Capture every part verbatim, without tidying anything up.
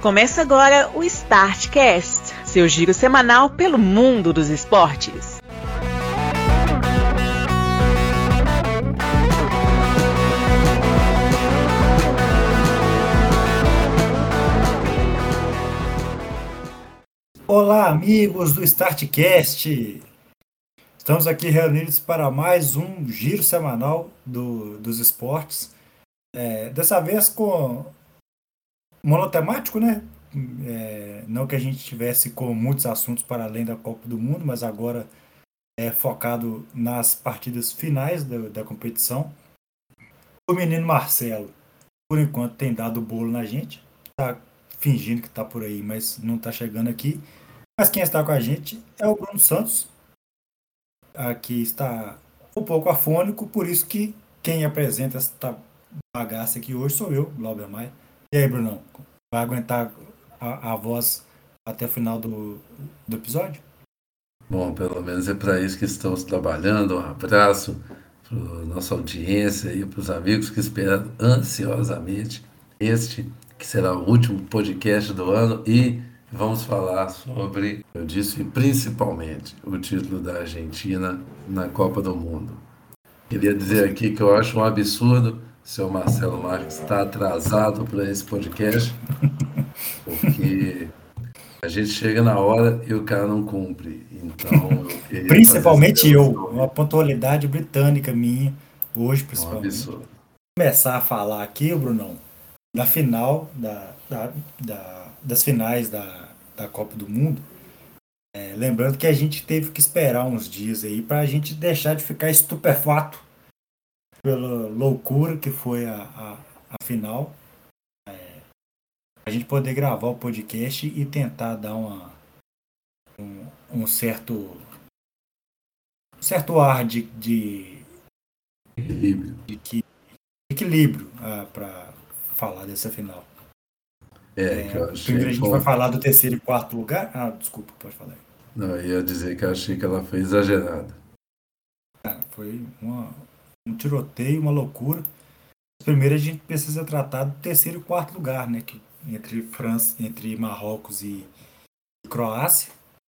Começa agora o StartCast, seu giro semanal pelo mundo dos esportes. Olá, amigos do StartCast! Estamos aqui reunidos para mais um giro semanal do, dos esportes. É, dessa vez com monotemático, né? É, não que a gente tivesse com muitos assuntos para além da Copa do Mundo, mas agora é focado nas partidas finais da, da competição. O menino Marcelo, por enquanto, tem dado bolo na gente. Tá fingindo que está por aí, mas não está chegando aqui. Mas quem está com a gente é o Bruno Santos. Aqui está um pouco afônico, por isso que quem apresenta esta bagaça aqui hoje sou eu, Glauber Maia. E aí, Brunão? Vai aguentar a, a voz até o final do, do episódio? Bom, pelo menos é para isso que estamos trabalhando. Um abraço para a nossa audiência e para os amigos que esperam ansiosamente este, que será o último podcast do ano, e vamos falar sobre, eu disse, principalmente o título da Argentina na Copa do Mundo. Queria dizer aqui que eu acho um absurdo o seu Marcelo Marques estar atrasado para esse podcast, porque a gente chega na hora e o cara não cumpre. Então, eu queria Principalmente eu, fazer uma pontualidade britânica minha, hoje um principalmente. absurdo. Começar a falar aqui, Brunão, da final, da, da, da, das finais da, da Copa do Mundo. É, lembrando que a gente teve que esperar uns dias aí para a gente deixar de ficar estupefato pela loucura que foi a, a, a final. A gente poder gravar o podcast e tentar dar uma, um, um certo um certo ar de, de, Equilíbrio. de, de equilíbrio ah, para falar dessa final. É, que eu Primeiro achei. a gente vai Bom, falar do terceiro e quarto lugar. Ah, desculpa, pode falar. não, eu ia dizer que eu achei que ela foi exagerada. Ah, foi uma, um tiroteio, uma loucura. Primeiro a gente precisa tratar do terceiro e quarto lugar, né? Que, entre França, entre Marrocos e, e Croácia.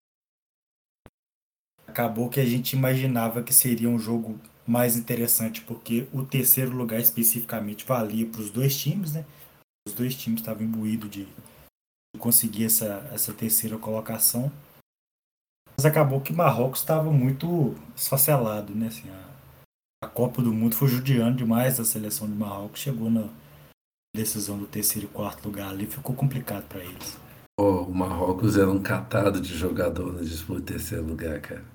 Acabou que a gente imaginava que seria um jogo mais interessante, porque o terceiro lugar especificamente valia para os dois times, né? Os dois times estavam imbuídos de, de conseguir essa, essa terceira colocação. Mas acabou que Marrocos estava muito esfacelado, né? Assim, a, a Copa do Mundo foi judiando demais a seleção de Marrocos, chegou na decisão do terceiro e quarto lugar ali, ficou complicado para eles. Oh, o Marrocos era um catado de jogador na disputa do terceiro lugar, cara.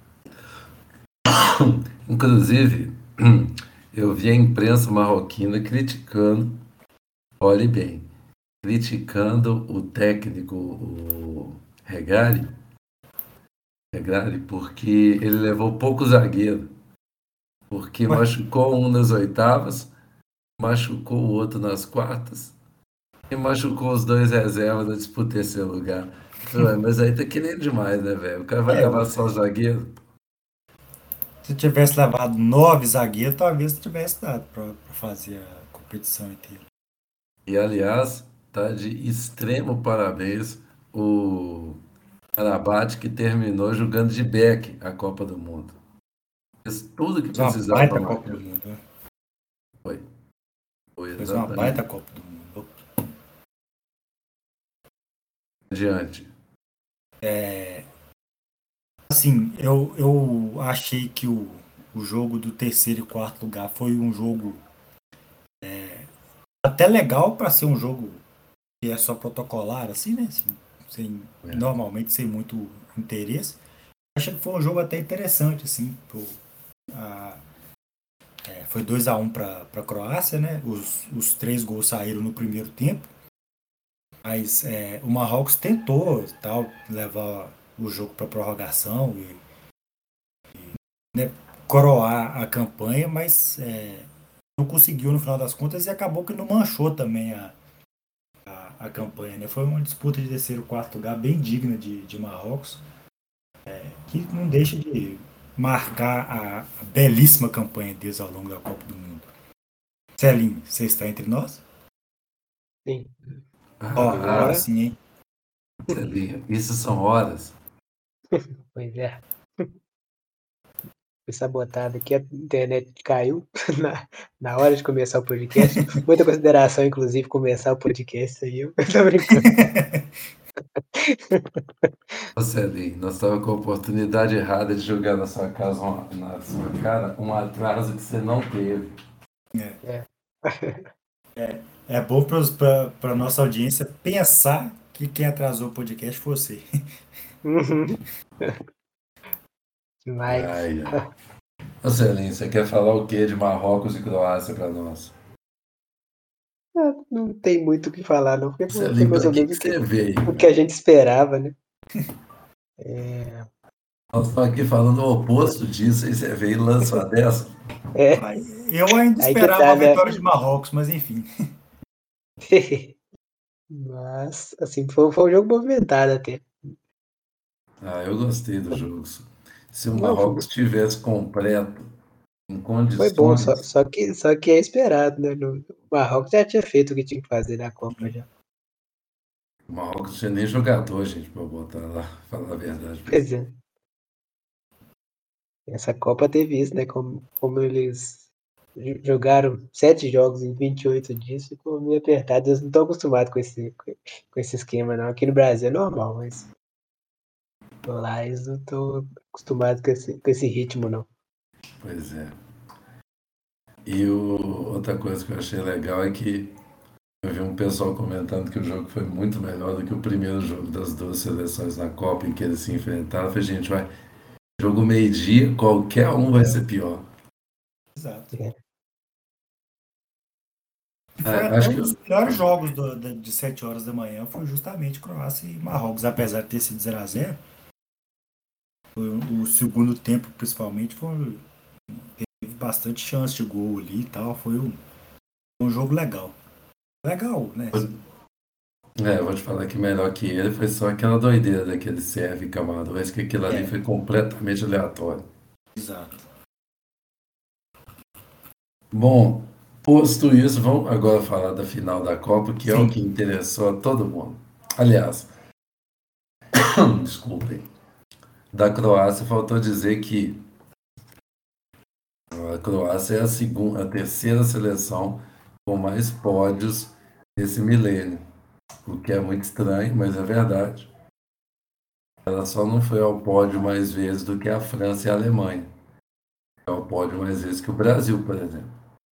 Inclusive, eu vi a imprensa marroquina criticando, olhe bem, criticando o técnico, o Regragui, Regragui, porque ele levou pouco zagueiro, porque Ué, machucou um nas oitavas, machucou o outro nas quartas e machucou os dois reservas da disputa terceiro lugar. Falei, mas aí tá querendo demais, né, velho? O cara vai é, levar só o zagueiro? se tivesse levado nove zagueiros, talvez tivesse dado para fazer a competição inteira. E, aliás, tá de extremo parabéns o Arabate, que terminou jogando de back a Copa do Mundo. Fez tudo que Fez uma precisava para baita Copa do marcar. Mundo, né? Foi, foi Fez uma baita exatamente. Copa do Mundo. Adiante. Assim, eu, eu achei que o, o jogo do terceiro e quarto lugar foi um jogo até legal para ser um jogo que é só protocolar, assim, né? Assim, sem, É. normalmente sem muito interesse. Achei que foi um jogo até interessante, assim. Pro, a, é, foi dois a um para a Croácia, né? Os, os três gols saíram no primeiro tempo. Mas é, o Marrocos tentou tal, levar o jogo para prorrogação e, né, coroar a campanha, mas é, não conseguiu no final das contas e acabou que não manchou também a, a, a campanha. Né? Foi uma disputa de terceiro quarto lugar bem digna de, de Marrocos, é, que não deixa de marcar a, a belíssima campanha deles ao longo da Copa do Mundo. Celinho, você está entre nós? Sim. Ó, Ah, agora Agora, sim, hein? Celinho, isso são horas. Pois é. Foi sabotado aqui, a internet caiu na, na hora de começar o podcast. Muita consideração, inclusive, começar o podcast aí. Eu tô brincando. Ô Celinho, nós estávamos com a oportunidade errada de jogar na sua casa, uma- na sua cara, um atraso que você não teve. É. É bom para nossa audiência pensar que quem atrasou o podcast foi você. Uhum. Demais. Ai, ai. Ô Celinho, você quer falar o que de Marrocos e Croácia para nós? Ah, não tem muito o que falar, não, porque foi Celinho, mais para ou que, menos que o que, você veio? o que a gente esperava, né? É, Nós estamos aqui falando o oposto disso, aí você veio e lança uma dessa. é, Aí, eu ainda aí que esperava tá, a né? vitória de Marrocos, mas enfim. Mas, assim, foi, foi um jogo movimentado até. Ah, eu gostei do jogo. Se o Não, Marrocos foi, tivesse completo, em foi bom, só, condições. só, que, só que é esperado, né? No, o Marrocos já tinha feito o que tinha que fazer na Copa já. O Marrocos não tinha nem jogador, gente, para botar lá, falar a verdade. Pois é. Essa Copa teve isso, né? Como, como eles j- jogaram sete jogos em vinte e oito dias, ficou meio apertado. Eles não estão acostumados com esse, com esse esquema, não. Aqui no Brasil é normal, mas lá eles não estão acostumados com esse, com esse ritmo, não. Pois é. E o, outra coisa que eu achei legal é que eu vi um pessoal comentando que o jogo foi muito melhor do que o primeiro jogo das duas seleções na Copa em que eles se enfrentaram. Eu falei, gente, vai, jogo meio-dia, qualquer um vai ser pior. Exato. É. E É, foi até acho um que dos melhores jogos do- da- de sete horas da manhã, foi justamente Croácia e Marrocos, apesar de ter sido zero a zero. Foi um- o segundo tempo, principalmente, foi, teve bastante chance de gol ali e tal. Foi um, um jogo legal. Legal, né? é, eu vou te falar que melhor que ele foi só aquela doideira daquele serve e Camarões, que aquilo ali É. foi completamente aleatório. Exato. Bom, posto isso, vamos agora falar da final da Copa, que é o Sim. que interessou a todo mundo. Aliás, desculpem, da Croácia faltou dizer que a Croácia é a segunda, a terceira seleção com mais pódios desse milênio, o que é muito estranho, mas é verdade. Ela só não foi ao pódio mais vezes do que a França e a Alemanha. É ao pódio mais vezes que o Brasil, por exemplo.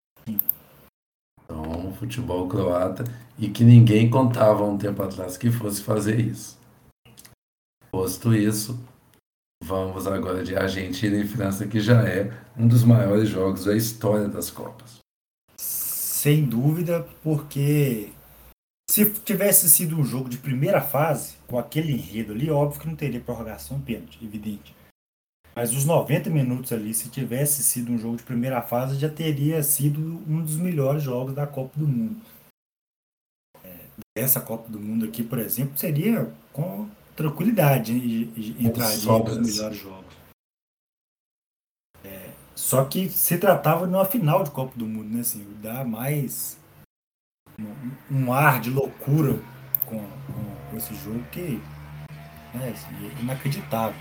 Então, futebol croata, e que ninguém contava há um tempo atrás que fosse fazer isso. Posto isso, vamos agora de Argentina e França, que já é um dos maiores jogos da história das Copas. Sem dúvida, porque se tivesse sido um jogo de primeira fase, com aquele enredo ali, óbvio que não teria prorrogação, pênalti, evidente. Mas os noventa minutos ali, se tivesse sido um jogo de primeira fase, já teria sido um dos melhores jogos da Copa do Mundo. É, essa Copa do Mundo aqui, por exemplo, seria com tranquilidade e, e entraria entre os Sobras. melhores jogos. É, só que se tratava de uma final de Copa do Mundo, né? Assim, dá mais um, um ar de loucura com, com, com esse jogo que é, assim, é inacreditável.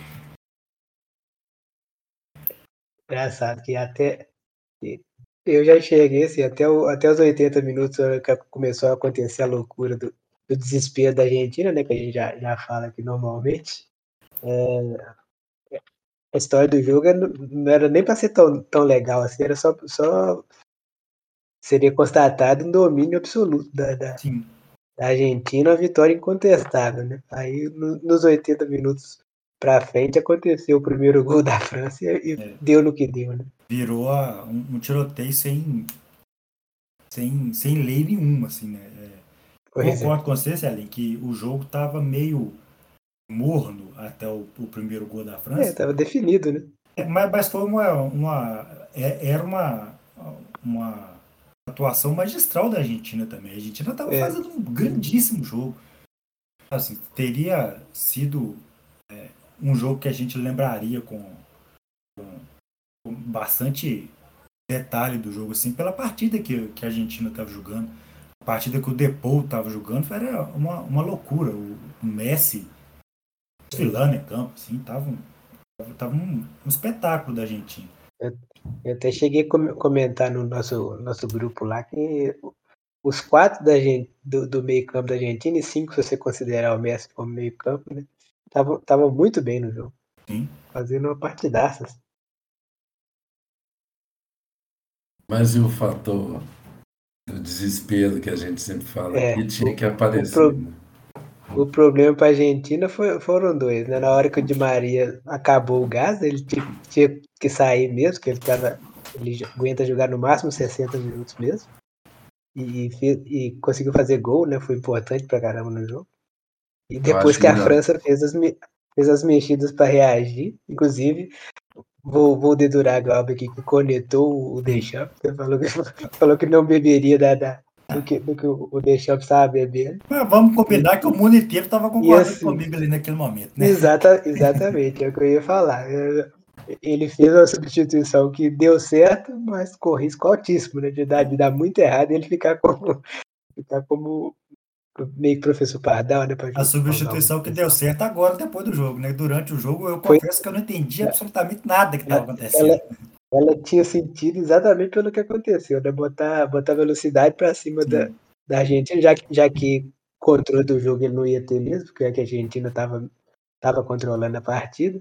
Engraçado que até. Eu já cheguei, assim, até, o, até os oitenta minutos a hora que começou a acontecer a loucura do, do desespero da Argentina, né? Que a gente já, já fala aqui normalmente. É, a história do jogo não, não era nem para ser tão, tão legal assim, era só, só seria constatado um domínio absoluto da, da, Sim. da Argentina, uma vitória incontestável, né? Aí no, nos oitenta minutos para frente aconteceu o primeiro gol da França e, e É. deu no que deu, né? Virou a, um, um tiroteio sem, sem, sem lei nenhuma, assim, né? É, Pois é. concordo com você, Célio, que o jogo estava meio morno até o, o primeiro gol da É, França. tava definido, né? É, mas, mas foi uma, uma é, era uma, uma atuação magistral da Argentina também. A Argentina estava É. fazendo um grandíssimo jogo. Assim, teria sido é, um jogo que a gente lembraria com, com, com bastante detalhe do jogo, assim, pela partida que, que a Argentina estava jogando. a partida que o Depou estava jogando era uma, uma loucura. O, o Messi desfilando em campo, assim, tava, tava, tava um, um espetáculo da Argentina. Eu, eu até cheguei a comentar no nosso, nosso grupo lá que os quatro da, do, do meio campo da Argentina e cinco, se você considerar o Messi como meio campo, né? Estavam muito bem no jogo. Sim. Fazendo uma partidaça. Mas e o fator do desespero que a gente sempre fala É, aqui tinha o, que o, aparecer. pro, Né? o problema para a Argentina foi, foram dois, né? Na hora que o Di Maria acabou o gás, ele tinha, tinha que sair mesmo, que ele tava, ele aguenta jogar no máximo sessenta minutos mesmo. E, fez, e conseguiu fazer gol, né? Foi importante pra caramba no jogo. E depois que, que a ainda... França fez as, fez as mexidas para reagir, inclusive vou, vou dedurar a Glauber aqui que conectou o Deschamps, falou que, falou que não beberia da, da, do, que, do que o Deschamps estava bebendo. Mas vamos combinar e, que o mundo inteiro estava concordando assim, comigo ali naquele momento, né? Exata, exatamente, é o que eu ia falar. Ele fez uma substituição que deu certo, mas com risco altíssimo, né? De dar, de dar muito errado e ele ficar como, ficar como meio que professor Pardal, né? A substituição que deu certo agora, depois do jogo, né? Durante o jogo, eu Foi, confesso que eu não entendi absolutamente nada que estava acontecendo. Ela, ela tinha sentido exatamente pelo que aconteceu, né? Botar, botar velocidade para cima da, da Argentina, já, já que controle do jogo ele não ia ter mesmo, porque a Argentina estava tava controlando a partida.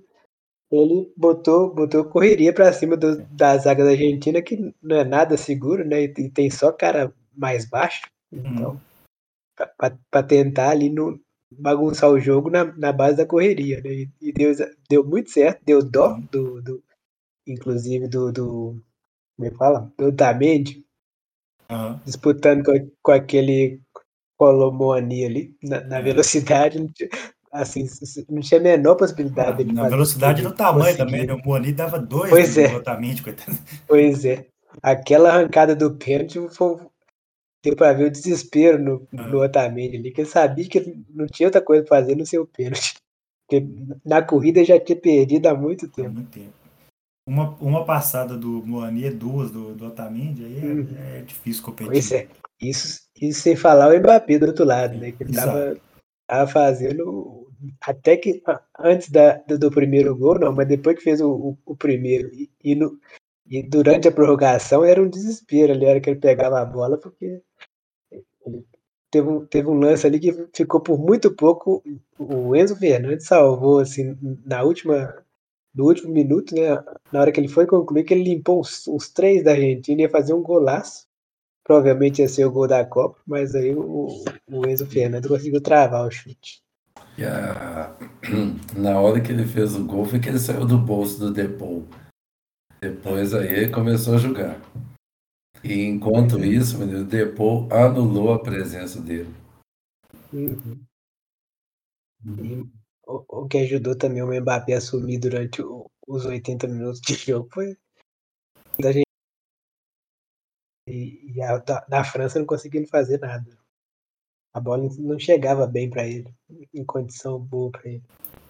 Ele botou, botou correria para cima do, da zaga da Argentina, que não é nada seguro, né? E, e tem só cara mais baixo. Então, hum. para tentar ali no, bagunçar o jogo na, na base da correria, né? E, e deu, deu muito certo, deu dó hum. do, do, inclusive do, do como é que fala? Do Otamendi, uhum. disputando com, com aquele Colomboani ali, na, na é. velocidade, assim, não tinha a menor possibilidade ah, dele na fazer. Na velocidade do tamanho também, né? O Moani dava dois pois no é. Otamendi, coitado. Pois é. Aquela arrancada do pênalti foi, deu para ver o desespero no, ah. no Otamendi ali, que ele sabia que ele não tinha outra coisa para fazer no seu pênalti. Porque na corrida já tinha perdido há muito tempo. Há muito tempo. Uma, uma passada do Moani, duas do, do Otamendi, aí é, uhum. é difícil competir. Pois é. Isso, isso sem falar o Mbappé do outro lado, né? Que ele tava, tava fazendo até que antes da, do, do primeiro gol, não, mas depois que fez o, o, o primeiro e, e, no, e durante a prorrogação era um desespero ali, era que ele pegava a bola, porque ele teve um, teve um lance ali que ficou por muito pouco, o Enzo Fernandes salvou, assim, na última, no último minuto, né, na hora que ele foi concluir, que ele limpou os, os três da Argentina e ia fazer um golaço, provavelmente ia ser o gol da Copa, mas aí o, o Enzo Fernandes conseguiu travar o chute. E a... na hora que ele fez o gol foi que ele saiu do bolso do Depou. Depois aí ele começou a jogar. E enquanto isso, o Depou anulou a presença dele. Uhum. E o, o que ajudou também o Mbappé a assumir durante o, os oitenta minutos de jogo foi da gente. E, e a, da, da França não conseguindo fazer nada. A bola não chegava bem para ele, em condição boa para ele.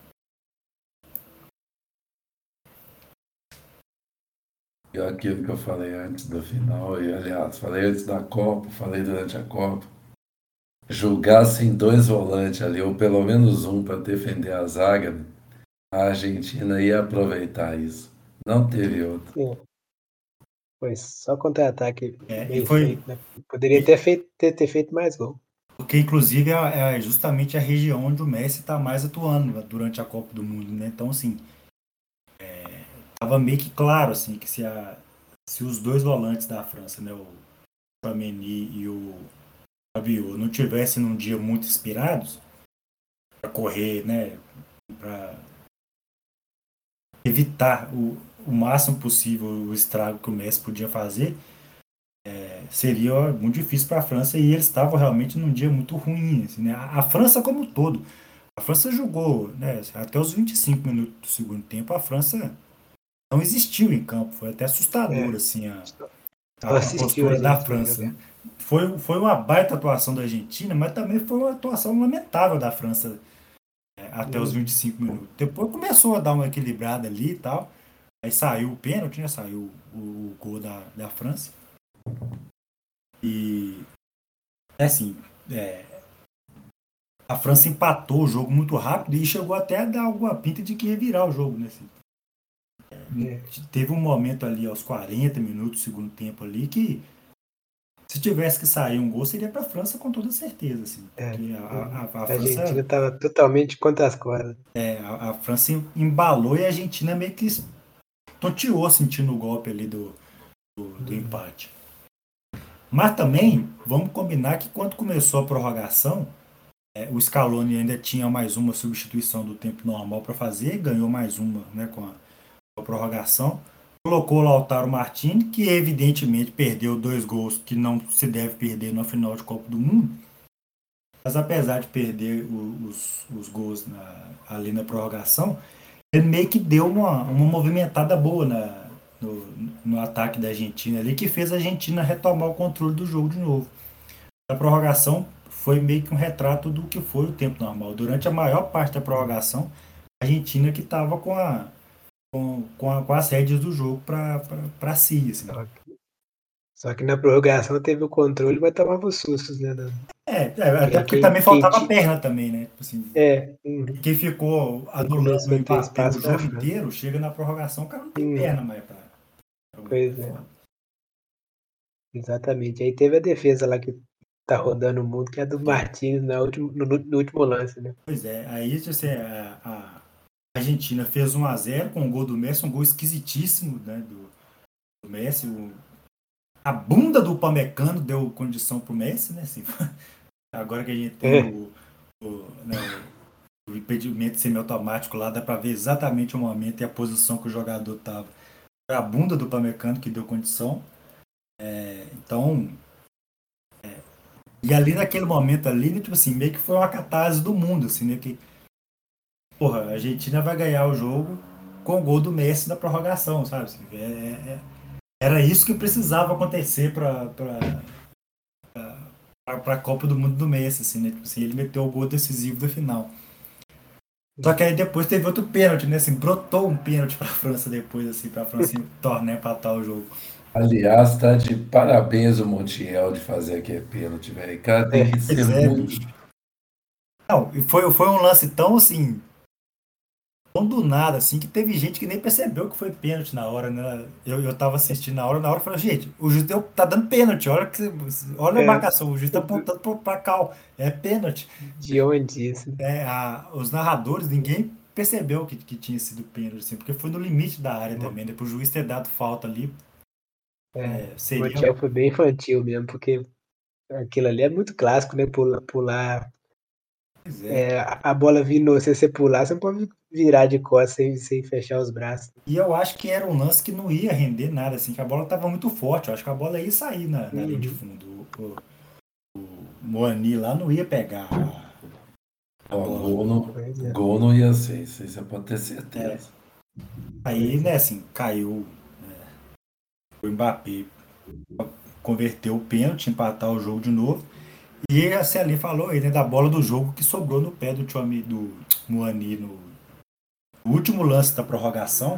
E aquilo que eu falei antes do final, e aliás, falei antes da Copa, falei durante a Copa, jogassem dois volantes ali, ou pelo menos um para defender a zaga, a Argentina ia aproveitar isso. Não teve outro. É. Foi só contra-ataque é, bem foi, feito, né? Poderia e, ter, feito, ter, ter feito mais gol. Porque, inclusive, é, é justamente a região onde o Messi está mais atuando durante a Copa do Mundo, né? Então, assim, é, tava meio que claro, assim, que se, a, se os dois volantes da França, né, o Tchouaméni e o Rabiot, não tivessem num dia muito inspirados para correr, né, para evitar o, o máximo possível o estrago que o Messi podia fazer, é, seria muito difícil para a França, e eles estavam realmente num dia muito ruim, assim, né? A, a França como um todo. A França jogou, né, até os vinte e cinco minutos do segundo tempo, a França não existiu em campo, foi até assustador, é, assim, a, a, a postura da França. Né? Foi, foi uma baita atuação da Argentina, mas também foi uma atuação lamentável da França é, até hum. os vinte e cinco minutos. Depois começou a dar uma equilibrada ali e tal, aí saiu o pênalti, né, saiu o, o gol da, da França. E É assim, é, a França empatou o jogo muito rápido e chegou até a dar alguma pinta de que ia virar o jogo, né? Assim, É. teve um momento ali aos quarenta minutos do segundo tempo ali que se tivesse que sair um gol seria para a França com toda certeza, assim, É. porque a, a, a, a A Argentina França estava totalmente contra as cordas. é, a, a França embalou e a Argentina meio que tonteou sentindo o golpe ali do, do, do empate. Mas também vamos combinar que quando começou a prorrogação, é, o Scaloni ainda tinha mais uma substituição do tempo normal para fazer, ganhou mais uma, né, com a, com a prorrogação. Colocou o Lautaro Martínez, que evidentemente perdeu dois gols que não se deve perder na final de Copa do Mundo. Mas apesar de perder o, os, os gols na, ali na prorrogação, ele meio que deu uma, uma movimentada boa na, no, no ataque da Argentina ali, que fez a Argentina retomar o controle do jogo de novo. A prorrogação foi meio que um retrato do que foi o tempo normal. Durante a maior parte da prorrogação, a Argentina que estava com, a, com, com, a, com as rédeas do jogo para si. Assim. Só que, só que na prorrogação teve o controle, mas tomava os sustos, né? Da... É, é, até Quem- porque quem- também faltava quem- perna também, né? Tipo assim, É. Uhum. quem ficou anulando começou o a ter Mbappé o espaço pra jogo França. inteiro, chega na prorrogação, o cara não tem Hum. perna mais para. Pois é. Exatamente. Aí teve a defesa lá que tá rodando o mundo, que é a do Martínez no último, no, no último lance, né? Pois é, aí assim, a, a Argentina fez um a zero com o gol do Messi, um gol esquisitíssimo, né, do, do Messi. O, a bunda do Upamecano deu condição pro Messi, né? Assim, agora que a gente tem É. o, o, né, o impedimento semiautomático lá, dá para ver exatamente o momento e a posição que o jogador tava. Foi a bunda do Upamecano que deu condição. É, então, é, e ali naquele momento ali, né, tipo assim, meio que foi uma catarse do mundo, assim, né? Que, porra, a Argentina vai ganhar o jogo com o gol do Messi na prorrogação, sabe? Assim, é, é, era isso que precisava acontecer para para a Copa do Mundo do Messi, assim, né? Tipo assim, ele meteu o gol decisivo da final. Só que aí depois teve outro pênalti, né? Assim, brotou um pênalti para a França depois, assim, para a França tornar empatar o jogo. Aliás, tá de parabéns o Montiel de fazer aquele pênalti, velho. O cara tem que ser Pois é, muito. bicho. Não, e foi, foi um lance tão assim, tão do nada, assim, que teve gente que nem percebeu que foi pênalti na hora, né? Eu, eu tava assistindo na hora, na hora eu falei, gente, o juiz deu, tá dando pênalti, olha, que, olha a É. marcação, o juiz tá apontando pra, pra cá, ó, é pênalti. De onde isso? É, a, os narradores, ninguém percebeu que, que tinha sido pênalti, assim, porque foi no limite da área também, né? Pro juiz ter dado falta ali, É. é, O seria... Montiel foi bem infantil mesmo, porque aquilo ali é muito clássico, né? Pular, pular Pois é. é, a a bola vindo, se você pular, você não pode virar de costas sem, sem fechar os braços. E eu acho que era um lance que não ia render nada, assim, que a bola tava muito forte, eu acho que a bola ia sair na, na linha de Uhum. fundo. O, o, o Moani lá não ia pegar a, a Ó, bola. gol, não, Pois é. gol não ia ser, isso aí você pode ter certeza. Aí, né, assim, caiu, né, o Mbappé converteu o pênalti, empatar o jogo de novo. E a Celine falou aí, né, da bola do jogo que sobrou no pé do Tchouameni, do Moani no, no último lance da prorrogação.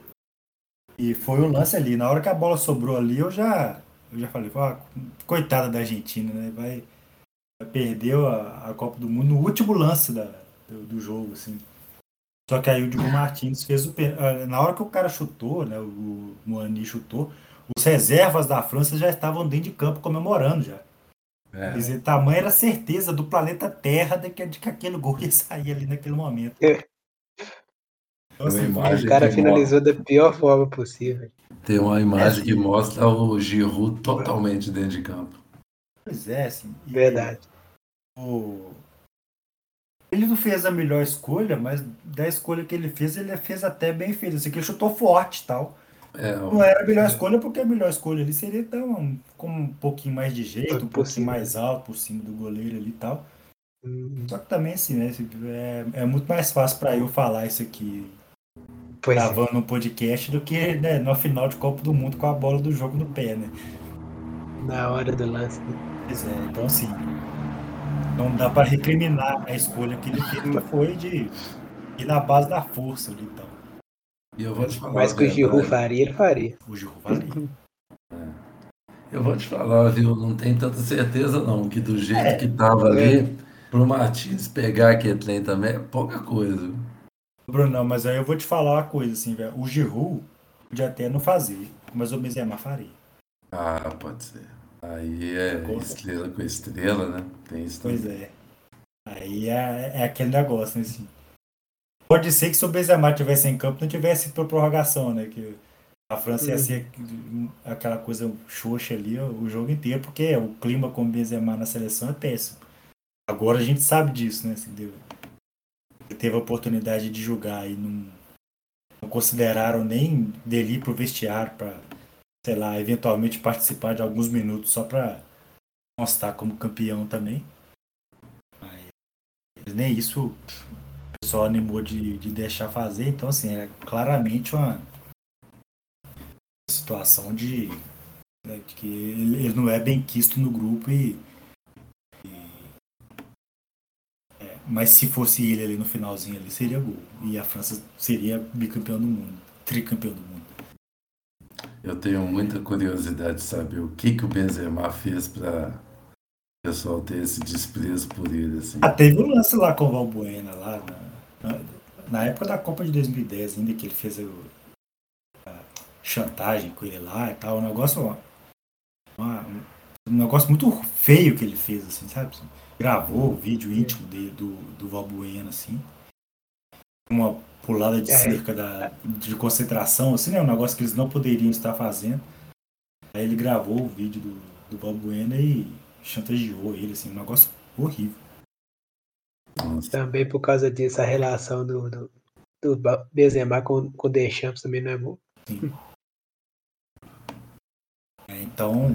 E foi um lance ali. Na hora que a bola sobrou ali, eu já, eu já falei, ah, coitada da Argentina, né? Vai, vai perder a, a Copa do Mundo no último lance da, do, do jogo, assim. Só que aí o Dibu Martins fez o pênalti. Na hora que o cara chutou, né? O Moani chutou, os reservas da França já estavam dentro de campo comemorando já. É. Quer dizer, tamanha era a certeza do planeta Terra de que, de que aquele gol ia sair ali naquele momento. É. Então, Tem uma assim, O imagem cara que finalizou da pior forma possível. Tem uma imagem que sim. mostra o Giroud totalmente dentro de campo. Pois é, assim. e Verdade. o- Ele não fez a melhor escolha, mas da escolha que ele fez, ele fez até bem feito. Assim, que ele chutou forte e tal. É, Não era a melhor escolha, porque a melhor escolha ali seria dar um, com um pouquinho mais de jeito, um Por pouquinho cima. mais alto por cima do goleiro ali e tal. Uhum. Só que também, assim, né? É, é muito mais fácil para eu falar isso aqui Pois é. gravando um podcast do que, né, no final de Copa do Mundo com a bola do jogo no pé, né? Na hora do lance. Pois é, então assim, não dá para recriminar a escolha que ele fez, que foi de ir na base da força ali e tal. e eu vou te falar Mas a que o Giroud verdade. faria, ele faria. O Giroud faria. Eu vou te falar, viu? Não tenho tanta certeza não, que do jeito que É, tava Tá vendo? ali, pro Martins pegar aquele trem também é pouca coisa. Bruno, mas aí eu vou te falar uma coisa assim, velho. O Giroud podia até não fazer, mas o Benzema faria. Ah, pode ser. Aí é Sacou? estrela com estrela, né? Tem isso Pois também. é. Aí é, é aquele negócio, né, assim. Pode ser que se o Benzema tivesse em campo, não tivesse por prorrogação, né? Que a França ia Uhum. ser aquela coisa xoxa ali ó, o jogo inteiro, porque o clima com o Benzema na seleção é péssimo. Agora a gente sabe disso, né? Assim, deu- teve a oportunidade de jogar e não, não consideraram nem dele ir pro vestiário para, sei lá, eventualmente participar de alguns minutos só para constar como campeão também. Mas nem isso o pessoal animou de, de deixar fazer. Então, assim, é claramente uma situação de, né, de que ele, ele não é bem quisto no grupo e, mas se fosse ele ali no finalzinho ali seria gol e a França seria bicampeão do mundo, tricampeão do mundo. Eu tenho muita curiosidade de saber o que que o Benzema fez para o pessoal ter esse desprezo por ele, assim. Ah, teve um lance lá com o Valbuena lá na, na, na época da Copa de dois mil e dez ainda que ele fez a chantagem com ele lá e tal, um negócio uma- um negócio muito feio que ele fez assim, sabe? Gravou o vídeo íntimo dele do do Valbuena assim, uma pulada de É, cerca da, de concentração, assim, né? Um negócio que eles não poderiam estar fazendo. Aí ele gravou o vídeo do, do Balbuena e chantageou ele, assim, um negócio horrível. Nossa, também por causa disso, a relação do, do, do Ba- Benzema com, com o Deschamps também não é bom. Assim. É, então,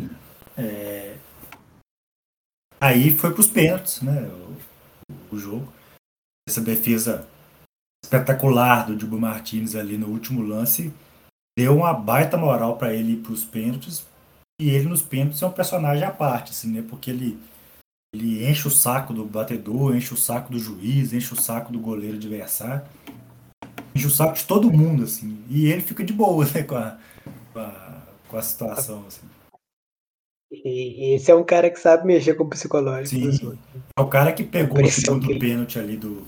aí foi para os pênaltis, né? O, o jogo. Essa defesa espetacular do Dibu Martins ali no último lance deu uma baita moral para ele ir para os pênaltis. E ele nos pênaltis é um personagem à parte, assim, né? Porque ele, ele enche o saco do batedor, enche o saco do juiz, enche o saco do goleiro adversário, enche o saco de todo mundo, assim. E ele fica de boa, né? Com a, com a, com a situação, assim. E, e esse é um cara que sabe mexer com o psicológico dos Sim, outros. é o cara que A pegou o pressão segundo que ele. pênalti ali do,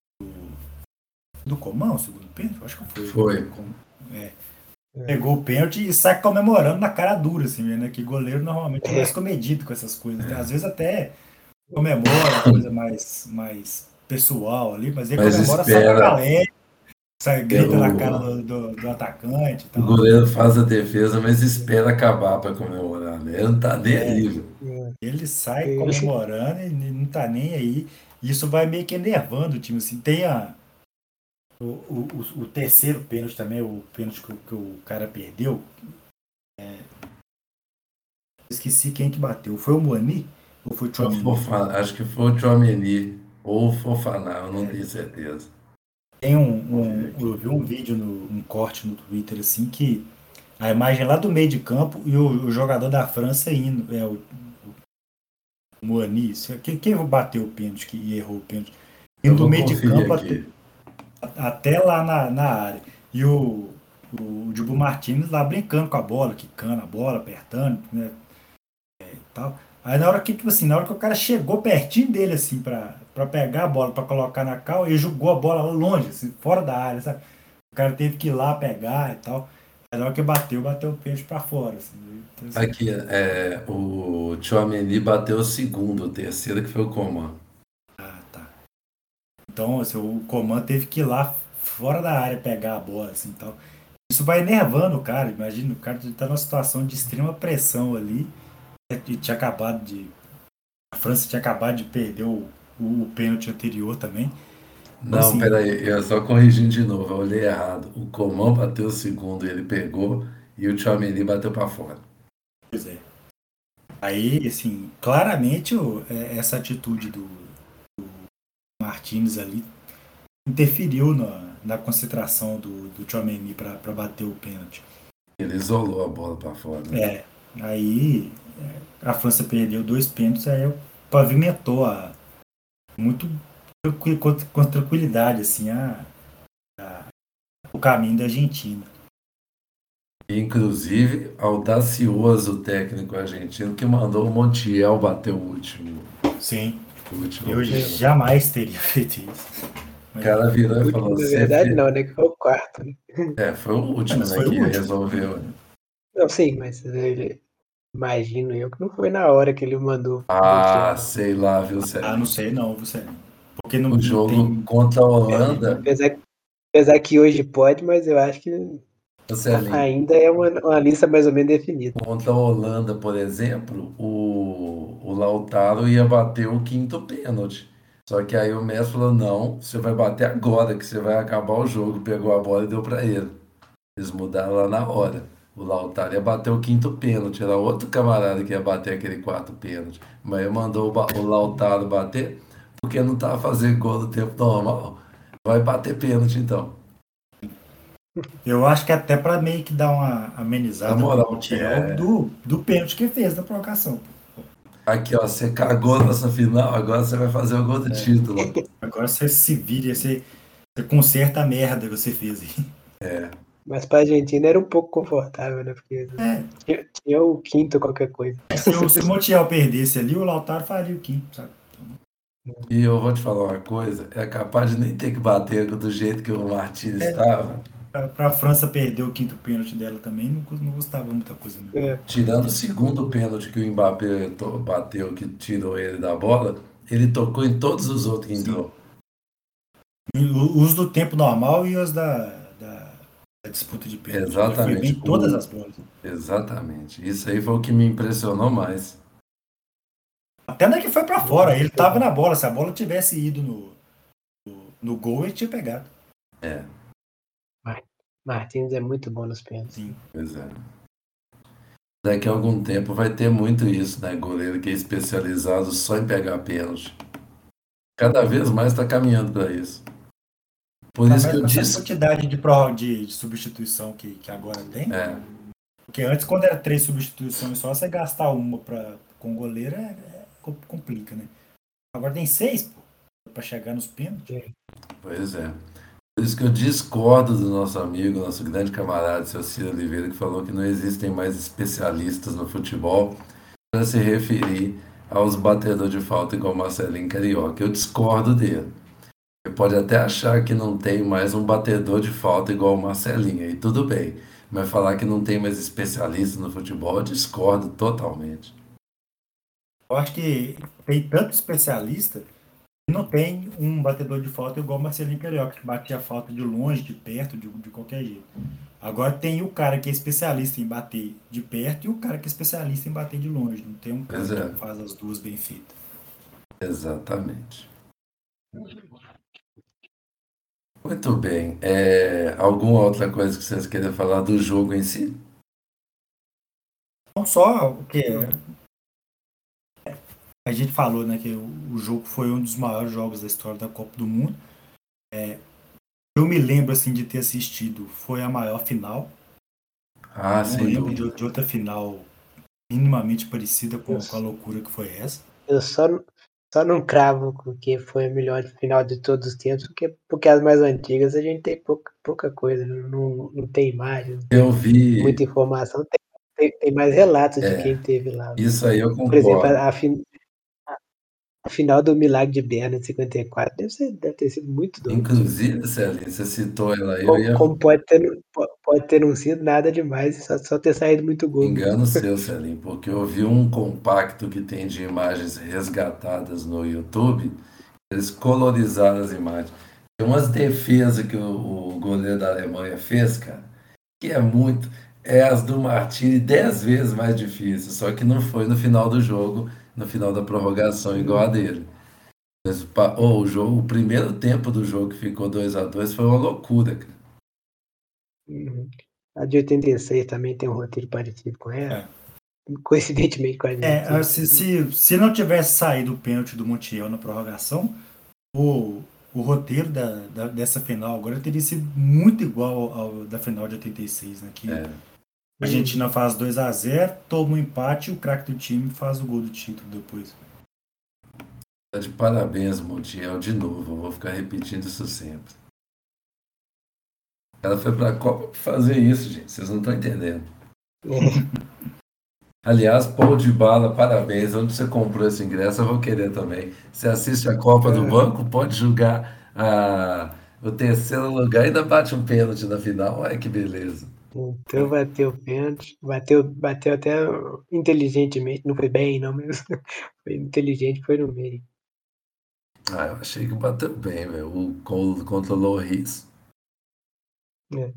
do Comão, o segundo pênalti? Eu acho que foi. foi. Com- é, É, pegou o pênalti e sai comemorando na cara dura, assim, né? Que goleiro normalmente é mais comedido com essas coisas, né? Às vezes até comemora uma coisa mais, mais pessoal ali, mas ele Mas comemora só pra espera, galera, sai, é, grita na cara o, do, do, do atacante e o tal. goleiro faz a defesa, mas espera acabar para comemorar, né? Ele não tá nem É, aí, velho. é, ele sai e- comemorando e não tá nem aí. Isso vai meio que enervando o time, assim. Tem a, O, o, o- o terceiro pênalti também, o pênalti que, o- que o cara perdeu, esqueci quem que bateu. Foi o Moani ou foi o Foi o Tchouaméni? Fofana, acho que foi o Tchouaméni ou o Fofana, eu não tenho certeza. Tem um, Vou ver um- eu aqui. vi um vídeo, no, um corte no Twitter, assim, que a imagem lá do meio de campo e o, o jogador da França indo, é o, o Moani, isso, quem, quem bateu o pênalti que, e errou o pênalti? Eu Indo do vou meio de conferir campo até, aqui. até lá na, na área. E o, o Dibu Martins lá brincando com a bola, quicando a bola, apertando, né? Tal. Aí na hora que, tipo assim, na hora que o cara chegou pertinho dele, assim, pra, pra pegar a bola, pra colocar na cal, ele jogou a bola lá longe, assim, fora da área, sabe? O cara teve que ir lá pegar e tal. Aí na hora que bateu, bateu o peixe pra fora, assim. Então, assim, Aqui, é, o Tchouaméni bateu o segundo, o terceiro que foi o Coman. ah, tá. Então, assim, o Coman teve que ir lá fora da área pegar a bola, assim, tal. Isso vai enervando o cara, imagina, o cara tá numa situação de extrema pressão ali, e tinha acabado de... A França tinha acabado de perder o, o, o pênalti anterior também. Então, Não, assim, peraí, eu só corrigindo de novo, eu olhei errado. O Coman bateu o segundo, ele pegou, e o Tchouaméni bateu para fora. pois é. Aí, assim, claramente o- é, essa atitude do Martins ali interferiu na, na concentração do, do Tchouaméni para bater o pênalti. Ele isolou a bola para fora, né? É, aí é, a França perdeu dois pênaltis, aí pavimentou a, muito tranqui- com, com tranquilidade assim, a, a- o caminho da Argentina. Inclusive, audacioso o técnico argentino que mandou o Montiel bater o último. Sim. O último Eu pênalti. jamais teria feito isso. O Mas, cara virou O e último, falou: na Você verdade, fez. não, né? Que foi o quarto, né? É, foi o último, mas né? foi o Que último. resolveu. né? Não, sim, mas ele, imagino eu que não foi na hora que ele mandou o Ah, Montiel, não. sei lá, viu, Ah, não Sérgio? sei não, você. Porque não, O não jogo tem. contra a Holanda, Apesar, apesar que hoje pode, mas eu acho que ô, Sérgio, ainda é uma, uma lista mais ou menos definida. contra a Holanda, por exemplo, o, o Lautaro ia bater o quinto pênalti. Só que aí o Messi falou: Não, você vai bater agora, que você vai acabar o jogo. Pegou a bola e deu para ele. Eles mudaram lá na hora. O Lautaro ia bater o quinto pênalti. Era outro camarada que ia bater aquele quarto pênalti. Mas ele mandou o, ba- o Lautaro bater porque não estava fazendo gol no tempo normal. Vai bater pênalti então. Eu acho que até para meio que dar uma Na amenizada pro moral, Montiel é, do, do pênalti que fez na provocação. aqui ó, você cagou nessa final, agora você vai fazer o gol do título. Agora você se vira, você, você conserta a merda que você fez aí. Mas para a Argentina era um pouco confortável, né? Porque É, tinha, tinha o quinto qualquer coisa. se o, se o Montiel perdesse ali, o Lautaro faria o quinto, sabe? E eu vou te falar uma coisa, é capaz de nem ter que bater do jeito que o Martins estava, Para a França perder o quinto pênalti dela também, não, cus- não custava muita coisa. Não. É, tirando o segundo pênalti que o Mbappé to- bateu, que tirou ele da bola, ele tocou em todos os outros que Sim. entrou. E o- Os do tempo normal e os da, da, da disputa de pênalti. Ele foi bem Exatamente. em todas O, as bolas. exatamente. Isso aí foi o que me impressionou mais. Até na que foi para eu fora, acho ele que tava na bola. Se a bola tivesse ido no, no, no gol, ele tinha pegado. É, Mar- Martins é muito bom nos pênaltis. Sim. pois é. Daqui a algum tempo vai ter muito isso, né? Goleiro que é especializado só em pegar pênalti. Cada vez mais está caminhando para isso. Por Ainda isso que mais eu com essa disse. quantidade de, pró- de, de substituição que, que agora tem. É, Porque antes, quando era três substituições só, você gastar uma pra, com o goleiro é, é, co- complica, né? Agora tem seis, pô, pra chegar nos pênaltis. pois é. Por isso que eu discordo do nosso amigo, nosso grande camarada, seu Ciro Oliveira, que falou que não existem mais especialistas no futebol para se referir aos batedores de falta igual Marcelinho Carioca. Eu discordo dele. Você pode até achar que não tem mais um batedor de falta igual o Marcelinho, aí tudo bem. Mas falar que não tem mais especialistas no futebol, eu discordo totalmente. Eu acho que tem tanto especialista que não tem um batedor de falta igual o Marcelinho Carioca, que batia a falta de longe, de perto, de, de qualquer jeito. Agora tem o cara que é especialista em bater de perto e o cara que é especialista em bater de longe. Não tem um cara Pois é, que faz as duas bem feitas. exatamente. Muito bem. É, alguma outra coisa que vocês queiram falar do jogo em si? Não só o que a gente falou, né, que o, o jogo foi um dos maiores jogos da história da Copa do Mundo. É, eu me lembro assim de ter assistido, foi a maior final. Ah, Não sem lembro de, dúvida. de outra final minimamente parecida Eu, com, com a loucura que foi essa. eu só, só não cravo que foi a melhor final de todos os tempos, porque, porque as mais antigas a gente tem pouca, pouca coisa, não, não tem imagem, não Eu tem vi, muita informação, tem, tem, tem mais relatos de é, quem teve lá. isso aí eu Por exemplo, concordo. a, a, fin- a final do Milagre de Berna de cinquenta e quatro deve, ser, deve ter sido muito doido. Inclusive, Celinho, você citou ela aí, eu Como, ia como pode, ter, pode ter não sido nada demais, só, só ter saído muito gol mesmo. engano seu, Celinho, porque eu vi um compacto que tem de imagens resgatadas no YouTube, eles colorizaram as imagens. Tem umas defesas que o, o goleiro da Alemanha fez, cara, que é muito. É as do Martini dez vezes mais difícil, só que não foi no final do jogo, no final da prorrogação, igual a dele. Mas, pa- ô, o jogo, o primeiro tempo do jogo que ficou dois a dois foi uma loucura, cara. Uhum. A de oitenta e seis também tem um roteiro parecido com ela, É, coincidentemente com a é Argentina. se, se, se não tivesse saído o pênalti do Montiel na prorrogação, o, o roteiro da, da- dessa final agora teria sido muito igual ao, ao da final de oitenta e seis, né? Que É, a Argentina faz dois a zero, toma um empate e o craque do time faz o gol do título depois. tá de parabéns, Montiel, de novo. Eu vou ficar repetindo isso sempre. Ela foi para a Copa pra fazer isso, gente. Vocês não estão entendendo. É, Aliás, Paul de Bala, parabéns. Onde você comprou esse ingresso, eu vou querer também. Você assiste a Copa do É, Banco, pode jogar a, o terceiro lugar e ainda bate um pênalti na final. Olha que beleza. então bateu o pênalti, bateu, bateu até inteligentemente, não foi bem, não, mas foi inteligente, foi no meio. Ah, eu achei que bateu bem, velho. O Cole controlou o risco. É.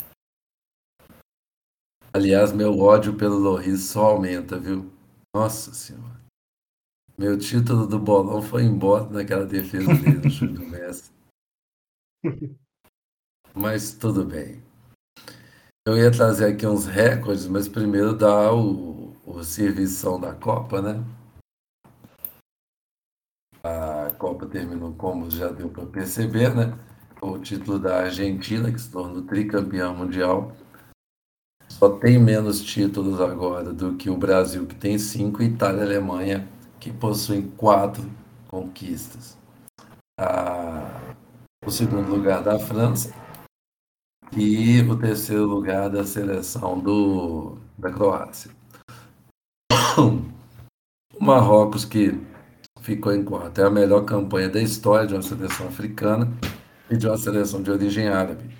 Aliás, meu ódio pelo Loris só aumenta, viu? Nossa Senhora. Meu título do bolão foi embora naquela defesa dele no chute do Messi. Mas tudo bem. Eu ia trazer aqui uns recordes, mas primeiro dar o, o servição da Copa, né? A Copa terminou como já deu para perceber, né? O título da Argentina, que se tornou tricampeão mundial. Só tem menos títulos agora do que o Brasil, que tem cinco, e Itália e Alemanha, que possuem quatro conquistas. A, o segundo lugar da França e o terceiro lugar da seleção do, da Croácia. O Marrocos, que ficou em quarto, é a melhor campanha da história de uma seleção africana e de uma seleção de origem árabe.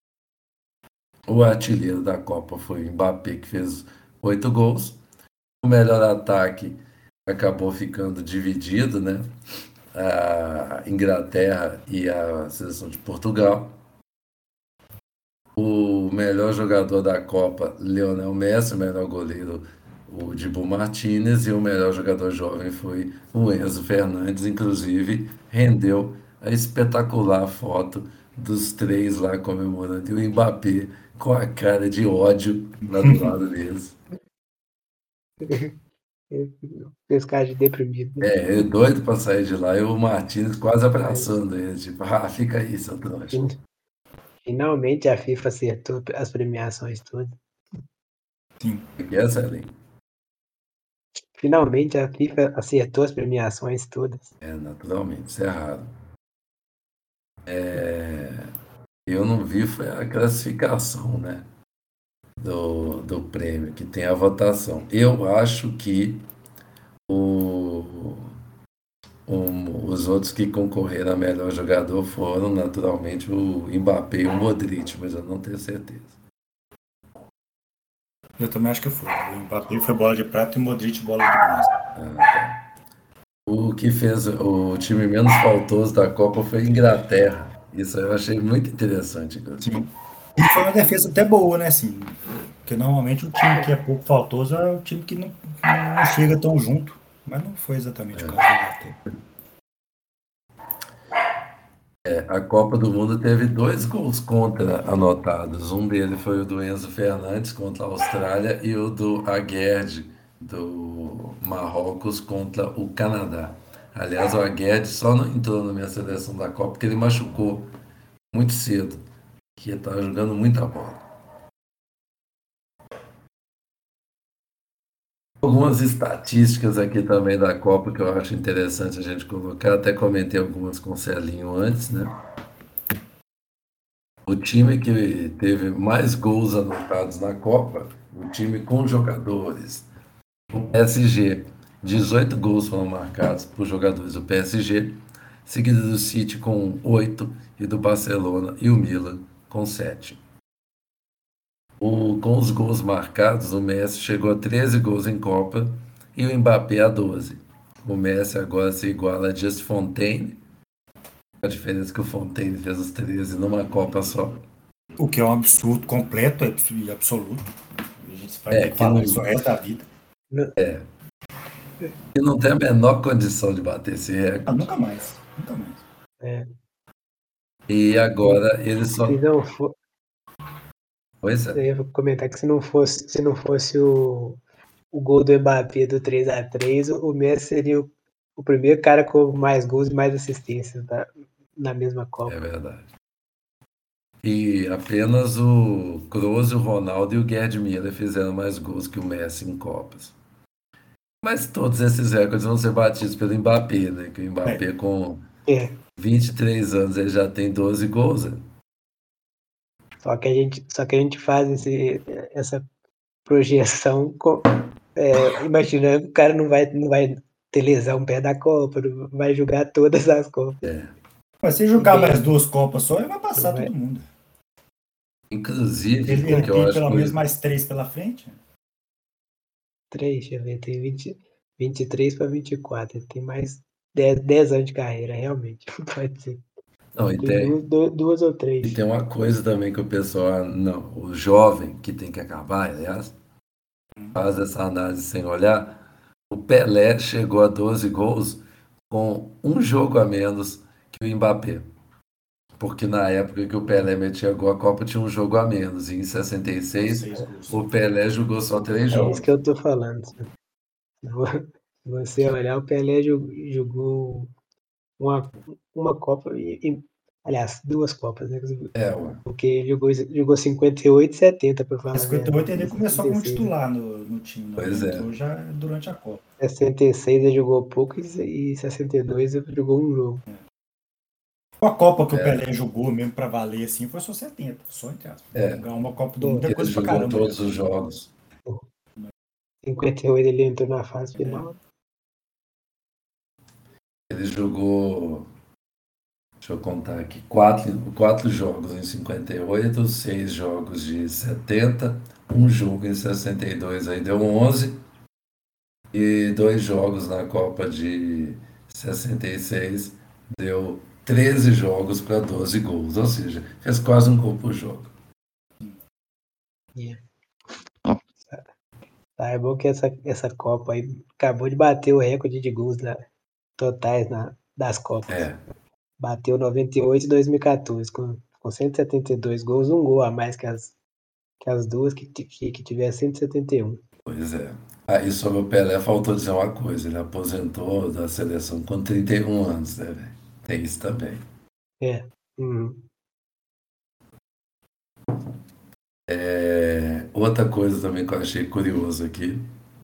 O artilheiro da Copa foi o Mbappé, que fez oito gols. O melhor ataque acabou ficando dividido, né? A Inglaterra e a seleção de Portugal. O melhor jogador da Copa, Lionel Messi, o melhor goleiro, o Dibu Martinez, e o melhor jogador jovem foi o Enzo Fernandes, inclusive rendeu a espetacular foto dos três lá comemorando, e o Mbappé com a cara de ódio lá do lado deles. Fez cara de deprimido, né? É, eu doido para sair de lá, e o Martinez quase abraçando ele, tipo, ah, fica aí, seu trouxa. Fin- Finalmente a FIFA acertou as premiações todas. sim. O que é, Celinho? Finalmente a FIFA acertou as premiações todas. É, naturalmente, isso é raro. É, eu não vi foi a classificação, né, do, do prêmio, que tem a votação. Eu acho que o, o- os outros que concorreram a melhor jogador foram, naturalmente, o Mbappé e o Modric, mas eu não tenho certeza. Eu também acho que foi. O Mbappé foi bola de prata e o Modric bola de bronze. O que fez o time menos faltoso da Copa foi a Inglaterra. Isso eu achei muito interessante, inclusive. Sim. E foi uma defesa até boa, né? Assim, porque normalmente o time que é pouco faltoso é o time que não, não chega tão junto. Mas não foi exatamente o caso da Inglaterra. A Copa do Mundo teve dois gols contra anotados. Um deles foi o do Enzo Fernandes contra a Austrália e o do Aguerd, do Marrocos, contra o Canadá. Aliás, o Aguerd só não entrou na minha seleção da Copa porque ele machucou muito cedo, que estava jogando muita bola. Algumas estatísticas aqui também da Copa que eu acho interessante a gente colocar, até comentei algumas com o Celinho antes, né? O time que teve mais gols anotados na Copa, o time com jogadores. O P S G, dezoito gols foram marcados por jogadores do P S G, seguido do City com oito e do Barcelona e o Milan com sete. O, com os gols marcados, o Messi chegou a treze gols em Copa e o Mbappé a doze. O Messi agora se iguala a Just Fontaine. A diferença é que o Fontaine fez os treze numa Copa só. O que é um absurdo completo e absoluto. A gente vai É, ter que que falar não, isso o resto da vida. que não tem a menor condição de bater esse Ah, recorde. nunca mais. Nunca mais. É. E agora ele Se só. não for, Pois eu é, ia comentar que se não fosse, se não fosse o, o gol do Mbappé do três a três, o Messi seria o, o primeiro cara com mais gols e mais assistências da, na mesma é Copa. verdade. E apenas o Kroos, o Ronaldo e o Gerd Müller fizeram mais gols que o Messi em Copas. Mas todos esses recordes vão ser batidos pelo Mbappé, né? Que o Mbappé, com É, vinte e três anos, ele já tem doze gols, né? Só que a gente, só que a gente faz esse, essa projeção com, é, imaginando que o cara não vai, não vai ter lesão perto da Copa, não vai jogar todas as Copas. É. Mas se jogar Bem, mais duas Copas só, ele vai passar vai. todo mundo. Inclusive, Ele, ele porque eu tem acho pelo que menos mais três pela frente. três, deixa eu ver, tem vinte, vinte e três para vinte e quatro, ele tem mais dez, dez anos de carreira, realmente, pode ser. não, e Tem tem, duas, du- duas ou e três. tem uma coisa também que o pessoal, não, o jovem que tem que acabar, aliás, faz essa análise sem olhar. O Pelé chegou a doze gols com um jogo a menos que o Mbappé. Porque na época que o Pelé metia gol, a Copa tinha um jogo a menos. E em sessenta e seis, Seis gols. o Pelé jogou só três É isso jogos. que eu tô falando. Se você olhar, o Pelé jo- jogou uma, uma Copa, e, e- aliás, duas Copas, né? É, ué. Porque ele jogou, jogou cinquenta e oito e setenta, para falar Em a cinquenta e oito ele verdade. começou como sessenta e seis, titular no, no time. Não. Pois Ele é. entrou já durante a Copa. sessenta e seis ele jogou pouco e sessenta e dois ele jogou um jogo. A Copa que o É. Pelé jogou mesmo pra valer assim foi só setenta, só entre aspas. É. Ganhar uma Copa do Mundo é Ele coisa pra jogou caramba. todos os jogos. cinquenta e oito ele entrou na fase final. Ele jogou, deixa eu contar aqui, quatro, quatro jogos em cinquenta e oito, seis jogos de setenta, um jogo em sessenta e dois, aí deu onze, e dois jogos na Copa de sessenta e seis, deu treze jogos para doze gols, ou seja, fez quase um gol por jogo. Yeah. Tá, é bom que essa, essa Copa aí acabou de bater o recorde de gols na, totais na, das Copas. É, Bateu noventa e oito em dois mil e quatorze, com, com cento e setenta e dois gols, um gol a mais que as, que as duas que, que, que tiver cento e setenta e um. pois é. Aí sobre o Pelé faltou dizer uma coisa, ele aposentou da seleção com trinta e um anos, né, velho? Tem isso também. É. Uhum. É, outra coisa também que eu achei curioso aqui,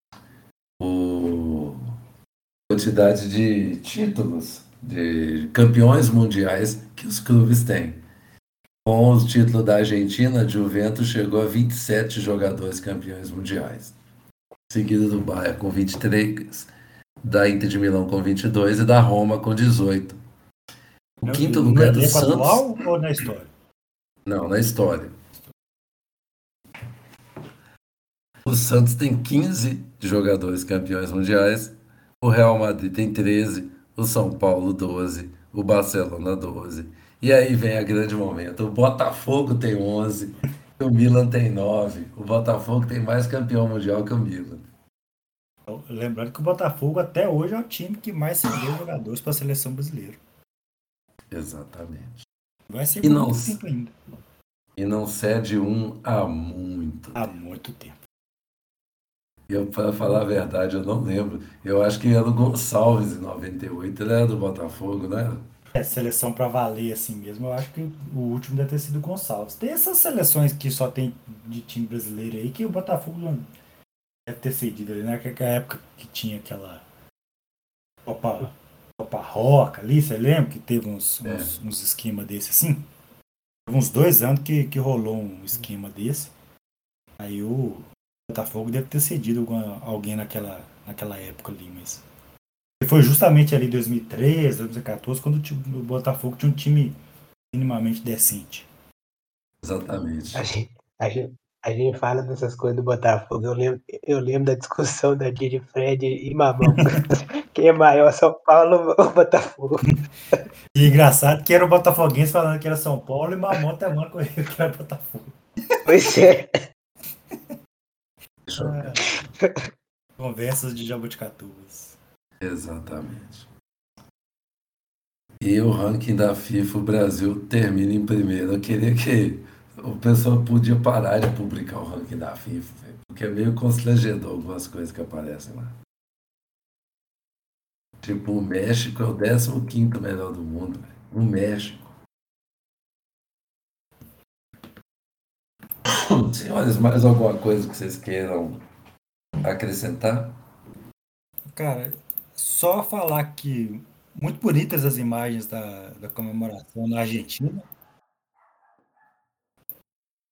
o a quantidade de títulos, de campeões mundiais que os clubes têm. Com o título da Argentina, a Juventus chegou a vinte e sete jogadores campeões mundiais. Seguido do Bayern com vinte e três, da Inter de Milão com vinte e dois e da Roma com dezoito. O quinto No lugar do elenco Santos... atual ou na história? Não, na história. O Santos tem quinze jogadores campeões mundiais, o Real Madrid tem treze, o São Paulo doze, o Barcelona doze. E aí vem a grande momento. O Botafogo tem onze, o Milan tem nove. O Botafogo tem mais campeão mundial que o Milan. Lembrando que o Botafogo até hoje é o time que mais cedeu jogadores para a seleção brasileira. Exatamente. Vai ser E por não, muito tempo ainda. e não cede um há muito Há tempo. muito tempo. Eu, para falar a verdade, eu não lembro. Eu acho que era o Gonçalves em noventa e oito, ele era do Botafogo, né? É, seleção para valer assim mesmo, eu acho que o último deve ter sido o Gonçalves. Tem essas seleções que só tem de time brasileiro aí que o Botafogo não deve ter cedido ali, né? Naquela época que tinha aquela Copa, Copa Roca ali, você lembra que teve uns, É. uns, uns esquemas desse assim? Teve uns dois anos que, que rolou um esquema desse. Aí o Botafogo deve ter cedido alguma, alguém naquela, naquela época ali, mas foi justamente ali em dois mil e treze, dois mil e quatorze, quando o, time, o Botafogo tinha um time minimamente decente. Exatamente. A gente, a, gente, a gente fala dessas coisas do Botafogo. Eu lembro, eu lembro da discussão da Didi Fred e Mamão. Quem é maior, São Paulo ou Botafogo? E engraçado que era o Botafoguense falando que era São Paulo e Mamão temando com ele que era Botafogo. Pois é. Deixa eu ver. Ah, conversas de jabuticatubas. Exatamente. E o ranking da FIFA, o Brasil termina em primeiro. Eu queria que o pessoal podia parar de publicar o ranking da FIFA, véio, porque é meio constrangedor algumas coisas que aparecem lá. Tipo, o México é o décimo quinto melhor do mundo, véio. O México. Senhores, mais alguma coisa que vocês queiram acrescentar? Cara, só falar que muito bonitas as imagens da, da comemoração na Argentina.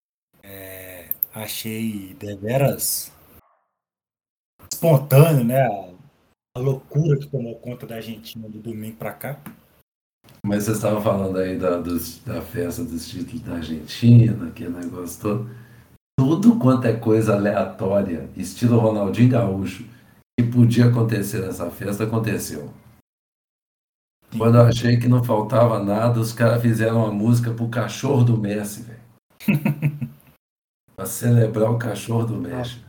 Achei deveras espontâneo, né? A, a loucura que tomou conta da Argentina do domingo para cá. Mas você estava falando aí da, dos, da festa dos títulos da Argentina, aquele negócio todo. Tudo quanto é coisa aleatória, estilo Ronaldinho Gaúcho, que podia acontecer nessa festa, aconteceu. Quando eu achei que não faltava nada, os caras fizeram uma música pro cachorro do Messi, velho. Pra celebrar o cachorro do Messi.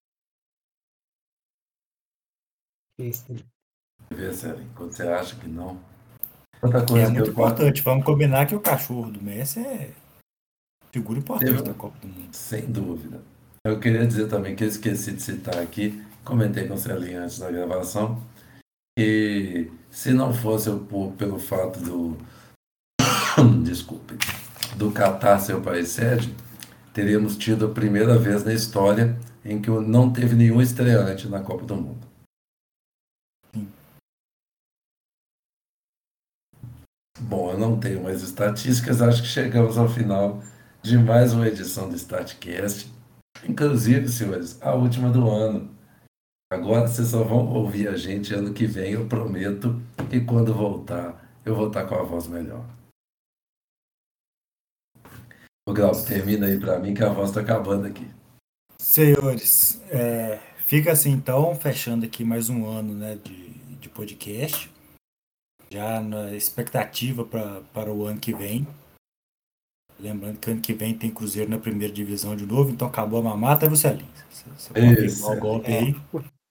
Isso. Vê, Célio, quando você acha que não. Outra Que é coisa que muito eu tô... importante. Vamos combinar que o cachorro do Messi é figura importante Teve- da Copa do Mundo. Sem dúvida. Eu queria dizer também que eu esqueci de citar aqui, comentei com o Celinho antes da gravação, que se não fosse eu por- pelo fato do, desculpe, do Catar ser o país sede, teríamos tido a primeira vez na história em que não teve nenhum estreante na Copa do Mundo. Bom, eu não tenho mais estatísticas, acho que chegamos ao final de mais uma edição do StartCast. Inclusive, senhores, a última do ano. Agora vocês só vão ouvir a gente ano que vem, eu prometo que quando voltar, eu vou estar com a voz melhor. O Glauco, termina aí pra mim que a voz tá acabando aqui. Senhores, é, fica assim então, fechando aqui mais um ano, né, de, de podcast. Já na expectativa pra, para o ano que vem. Lembrando que ano que vem tem Cruzeiro na primeira divisão de novo, então acabou a mamata, viu, Celinho? Você você pode Isso, firmar o golpe É, aí.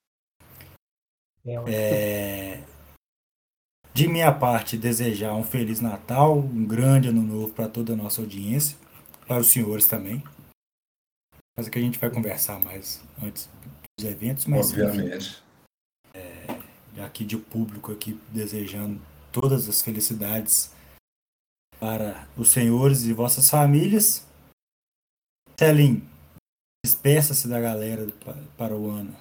é, É, de minha parte, desejar um Feliz Natal, um grande ano novo para toda a nossa audiência, para os senhores também. Mas é que a gente vai conversar mais antes dos eventos, mas enfim, obviamente. aqui de público aqui desejando todas as felicidades para os senhores e vossas famílias. Celinho, despeça-se da galera pa- para o ano.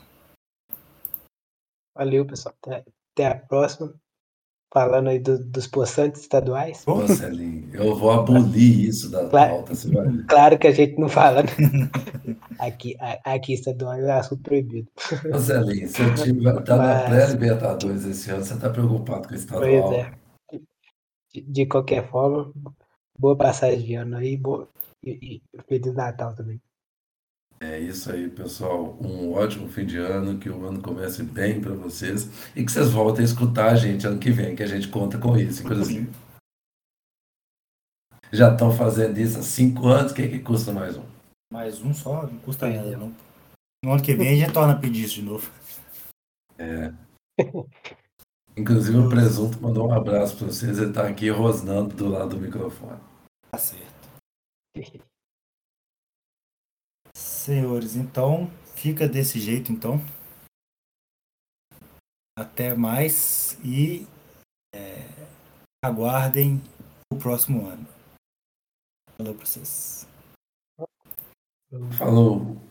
valeu, pessoal. Até, até a próxima. Falando aí do- dos possantes estaduais. Ô, Celinho, eu vou abolir isso da Cla- pauta, você vai ver. claro que a gente não fala, né? Aqui, a- aqui estadual é assunto proibido. Ô, Celinho, seu time vai estar na Mas, pré-Libertadores esse ano, você está preocupado com o pois estadual? é. De, de qualquer forma, boa passagem de ano aí. Boa, e, e Feliz Natal também. É isso aí, pessoal. Um ótimo fim de ano, que o ano comece bem para vocês e que vocês voltem a escutar a gente ano que vem, que a gente conta com isso, inclusive. Já estão fazendo isso há cinco anos, o que, que custa mais um? Mais um só, não custa Pois nada é. não. No ano que vem a gente torna a pedir isso de novo. Inclusive o Presunto mandou um abraço para vocês, ele está aqui rosnando do lado do microfone. Tá certo. Senhores, então fica desse jeito então. Até mais e é, aguardem o próximo ano. Falou pra vocês. Falou!